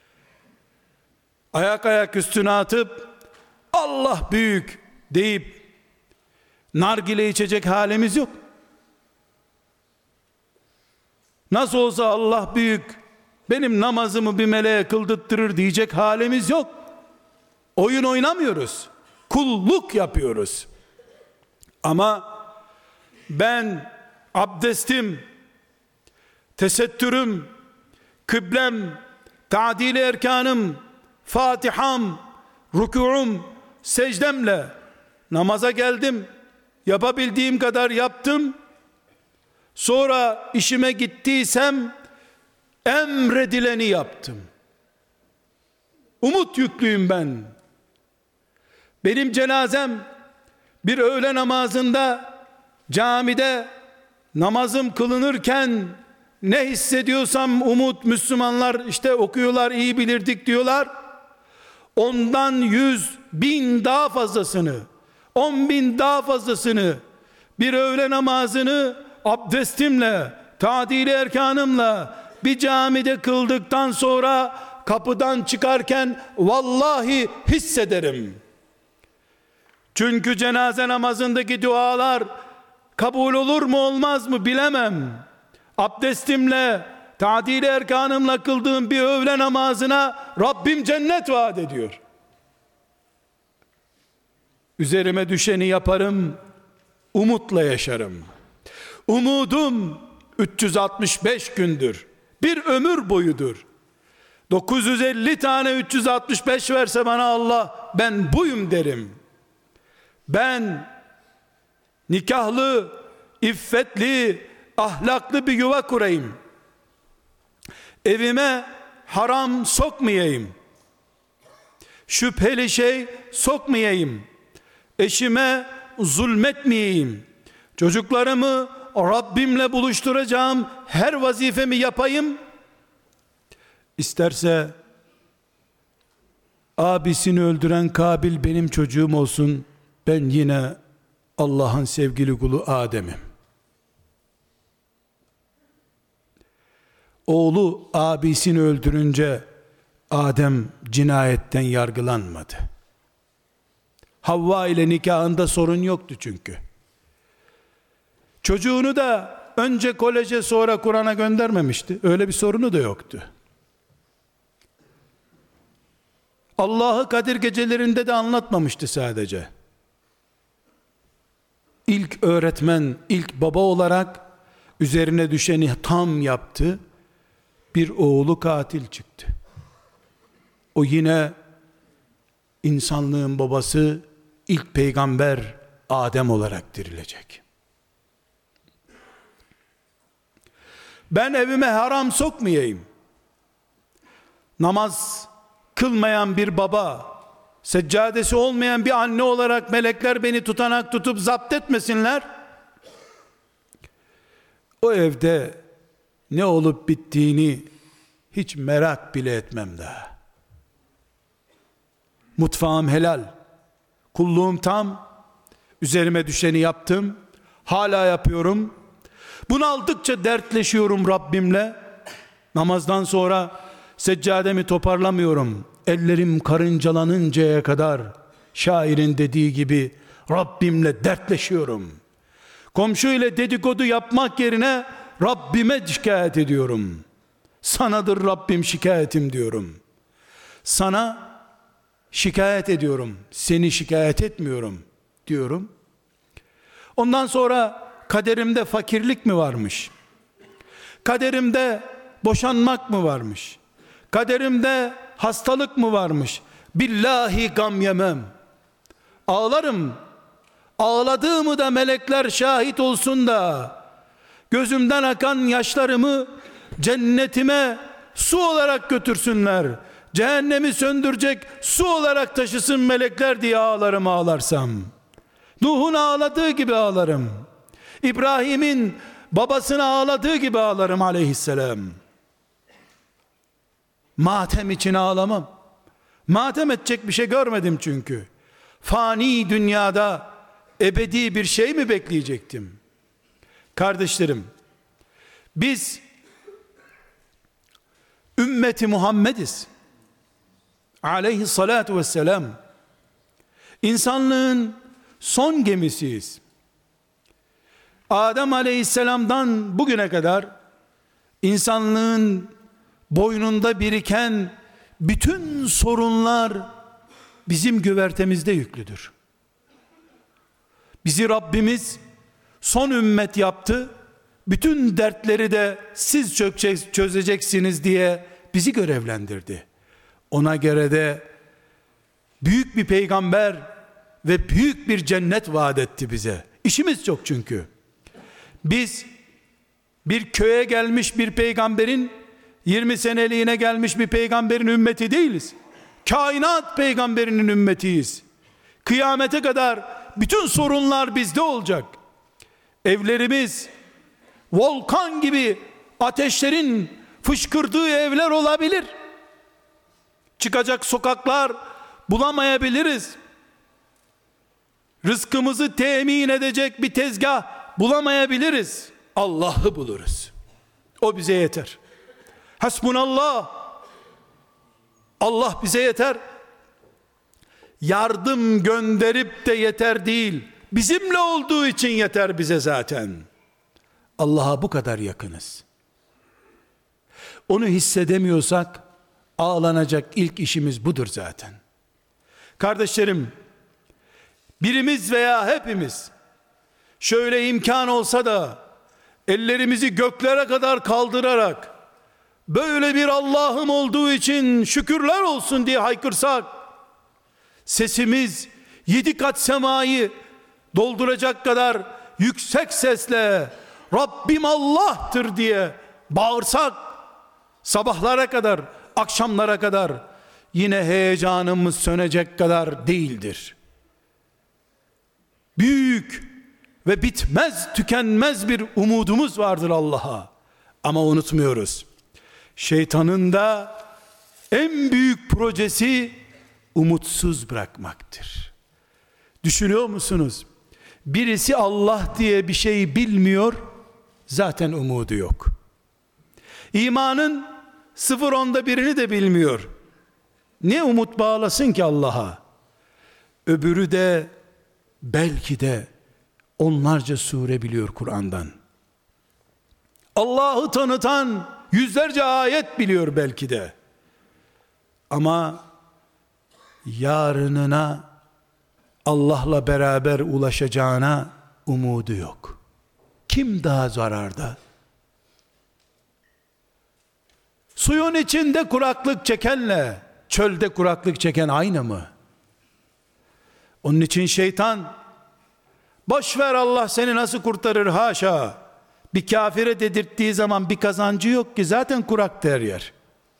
ayak üstüne atıp Allah büyük deyip nargile içecek halimiz yok. Nasıl olsa Allah büyük, benim namazımı bir meleğe kıldırtırır diyecek halimiz yok. Oyun oynamıyoruz. Kulluk yapıyoruz. Ama ben abdestim, tesettürüm, kıblem, ta'dil-i erkanım, Fatiham, rükûum, secdemle namaza geldim. Yapabildiğim kadar yaptım. Sonra işime gittiysem emredileni yaptım. Umut yüklüyüm ben. Benim cenazem bir öğle namazında camide namazım kılınırken ne hissediyorsam umut, Müslümanlar işte okuyorlar, iyi bilirdik diyorlar. Ondan 100.000 daha fazlasını, 10.000 daha fazlasını bir öğle namazını abdestimle, tadili erkanımla bir camide kıldıktan sonra kapıdan çıkarken vallahi hissederim. Çünkü cenaze namazındaki dualar kabul olur mu olmaz mı bilemem. Abdestimle, tadili erkanımla kıldığım bir öğle namazına Rabbim cennet vaat ediyor. Üzerime düşeni yaparım, umutla yaşarım. Umudum 365 gündür. Bir ömür boyudur. 950 tane 365 verse bana Allah, ben buyum derim. Ben nikahlı, iffetli, ahlaklı bir yuva kurayım. Evime haram sokmayayım. Şüpheli şey sokmayayım. Eşime zulmetmeyeyim. Çocuklarımı Rabbimle buluşturacağım her vazifemi yapayım. İsterse abisini öldüren Kabil benim çocuğum olsun. Ben yine Allah'ın sevgili kulu Adem'im. Oğlu abisini öldürünce Adem cinayetten yargılanmadı. Havva ile nikahında sorun yoktu çünkü. Çocuğunu da önce koleje sonra Kur'an'a göndermemişti. Öyle bir sorunu da yoktu. Allah'ı Kadir gecelerinde de anlatmamıştı sadece. İlk öğretmen, ilk baba olarak üzerine düşeni tam yaptı. Bir oğlu katil çıktı. O yine insanlığın babası, ilk peygamber Adem olarak dirilecek. Ben evime haram sokmayayım. Namaz kılmayan bir baba, seccadesi olmayan bir anne olarak melekler beni tutanak tutup zapt etmesinler. O evde ne olup bittiğini hiç merak bile etmem daha. Mutfağım helal, kulluğum tam, üzerime düşeni yaptım, hala yapıyorum. Bunaldıkça dertleşiyorum Rabbimle. Namazdan sonra seccademi toparlamıyorum. Ellerim karıncalanıncaya kadar şairin dediği gibi Rabbimle dertleşiyorum. Komşu ile dedikodu yapmak yerine Rabbime şikayet ediyorum. Sanadır Rabbim şikayetim diyorum. Sana şikayet ediyorum, seni şikayet etmiyorum diyorum. Ondan sonra kaderimde fakirlik mi varmış? Kaderimde boşanmak mı varmış? Kaderimde hastalık mı varmış? Billahi gam yemem. Ağlarım. Ağladığımı da melekler şahit olsun da gözümden akan yaşlarımı cennetime su olarak götürsünler. Cehennemi söndürecek su olarak taşısın melekler diye ağlarım ağlarsam. Nuh'un ağladığı gibi ağlarım. İbrahim'in babasına ağladığı gibi ağlarım aleyhisselam. Matem için ağlamam. Matem edecek bir şey görmedim çünkü. Fani dünyada ebedi bir şey mi bekleyecektim? Kardeşlerim, biz ümmeti Muhammediz. Aleyhissalatu vesselam. İnsanlığın son gemisiyiz. Adem aleyhisselamdan bugüne kadar insanlığın boynunda biriken bütün sorunlar bizim güvertemizde yüklüdür. Bizi Rabbimiz son ümmet yaptı. Bütün dertleri de siz çözeceksiniz diye bizi görevlendirdi. Ona göre de büyük bir peygamber ve büyük bir cennet vaat etti bize. İşimiz çok çünkü. Biz bir köye gelmiş bir peygamberin, 20 seneliğine gelmiş bir peygamberin ümmeti değiliz. Kainat peygamberinin ümmetiyiz. Kıyamete kadar bütün sorunlar bizde olacak. Evlerimiz volkan gibi ateşlerin fışkırdığı evler olabilir. Çıkacak sokaklar bulamayabiliriz. Rızkımızı temin edecek bir tezgah bulamayabiliriz. Allah'ı buluruz. O bize yeter. Hasbunallah. Allah bize yeter. Yardım gönderip de yeter değil. Bizimle olduğu için yeter bize zaten. Allah'a bu kadar yakınız. Onu hissedemiyorsak ağlanacak ilk işimiz budur zaten. Kardeşlerim, birimiz veya hepimiz şöyle imkan olsa da ellerimizi göklere kadar kaldırarak böyle bir Allah'ım olduğu için şükürler olsun diye haykırsak, sesimiz 7 kat semayı dolduracak kadar yüksek sesle Rabbim Allah'tır diye bağırsak, sabahlara kadar, akşamlara kadar yine heyecanımız sönecek kadar değildir. Büyük ve bitmez tükenmez bir umudumuz vardır Allah'a. Ama unutmuyoruz. Şeytanın da en büyük projesi umutsuz bırakmaktır. Düşünüyor musunuz? Birisi Allah diye bir şey bilmiyor, zaten umudu yok. İmanın 0.1'ini de bilmiyor. Ne umut bağlasın ki Allah'a? Öbürü de belki de onlarca sure biliyor Kur'an'dan. Allah'ı tanıtan yüzlerce ayet biliyor belki de. Ama yarınına, Allah'la beraber ulaşacağına umudu yok. Kim daha zararda? Suyun içinde kuraklık çekenle çölde kuraklık çeken aynı mı? Onun için şeytan, boş ver Allah seni nasıl kurtarır, haşa. Bir kafire dedirttiği zaman bir kazancı yok ki, zaten kurak her yer.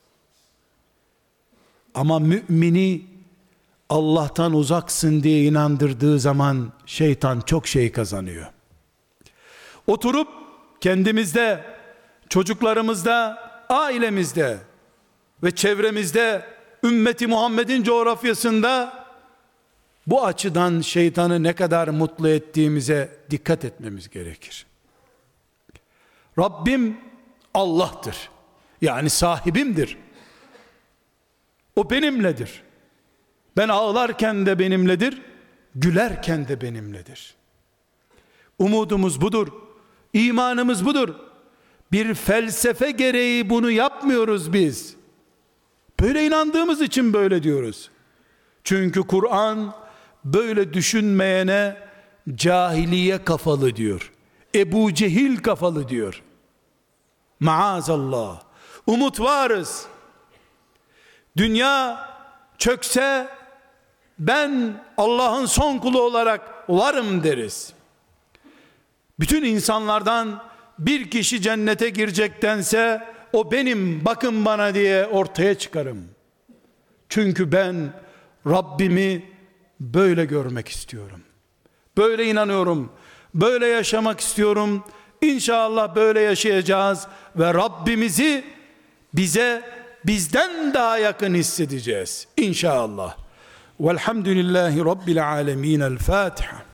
Ama mümini Allah'tan uzaksın diye inandırdığı zaman şeytan çok şey kazanıyor. Oturup kendimizde, çocuklarımızda, ailemizde ve çevremizde, ümmeti Muhammed'in coğrafyasında bu açıdan şeytanı ne kadar mutlu ettiğimize dikkat etmemiz gerekir. Rabbim Allah'tır. Yani sahibimdir. O benimledir. Ben ağlarken de benimledir, gülerken de benimledir. Umudumuz budur. İmanımız budur. Bir felsefe gereği bunu yapmıyoruz biz. Böyle inandığımız için böyle diyoruz. Çünkü Kur'an böyle düşünmeyene cahiliye kafalı diyor. Ebu Cehil kafalı diyor. Maazallah. Umut varız. Dünya çökse ben Allah'ın son kulu olarak varım deriz. Bütün insanlardan bir kişi cennete girecektense o benim, bakın bana diye ortaya çıkarım. Çünkü ben Rabbimi böyle görmek istiyorum. Böyle inanıyorum. Böyle yaşamak istiyorum. İnşallah böyle yaşayacağız ve Rabbimizi bizden daha yakın hissedeceğiz. İnşallah. Velhamdülillahi Rabbil alemin. El Fatiha.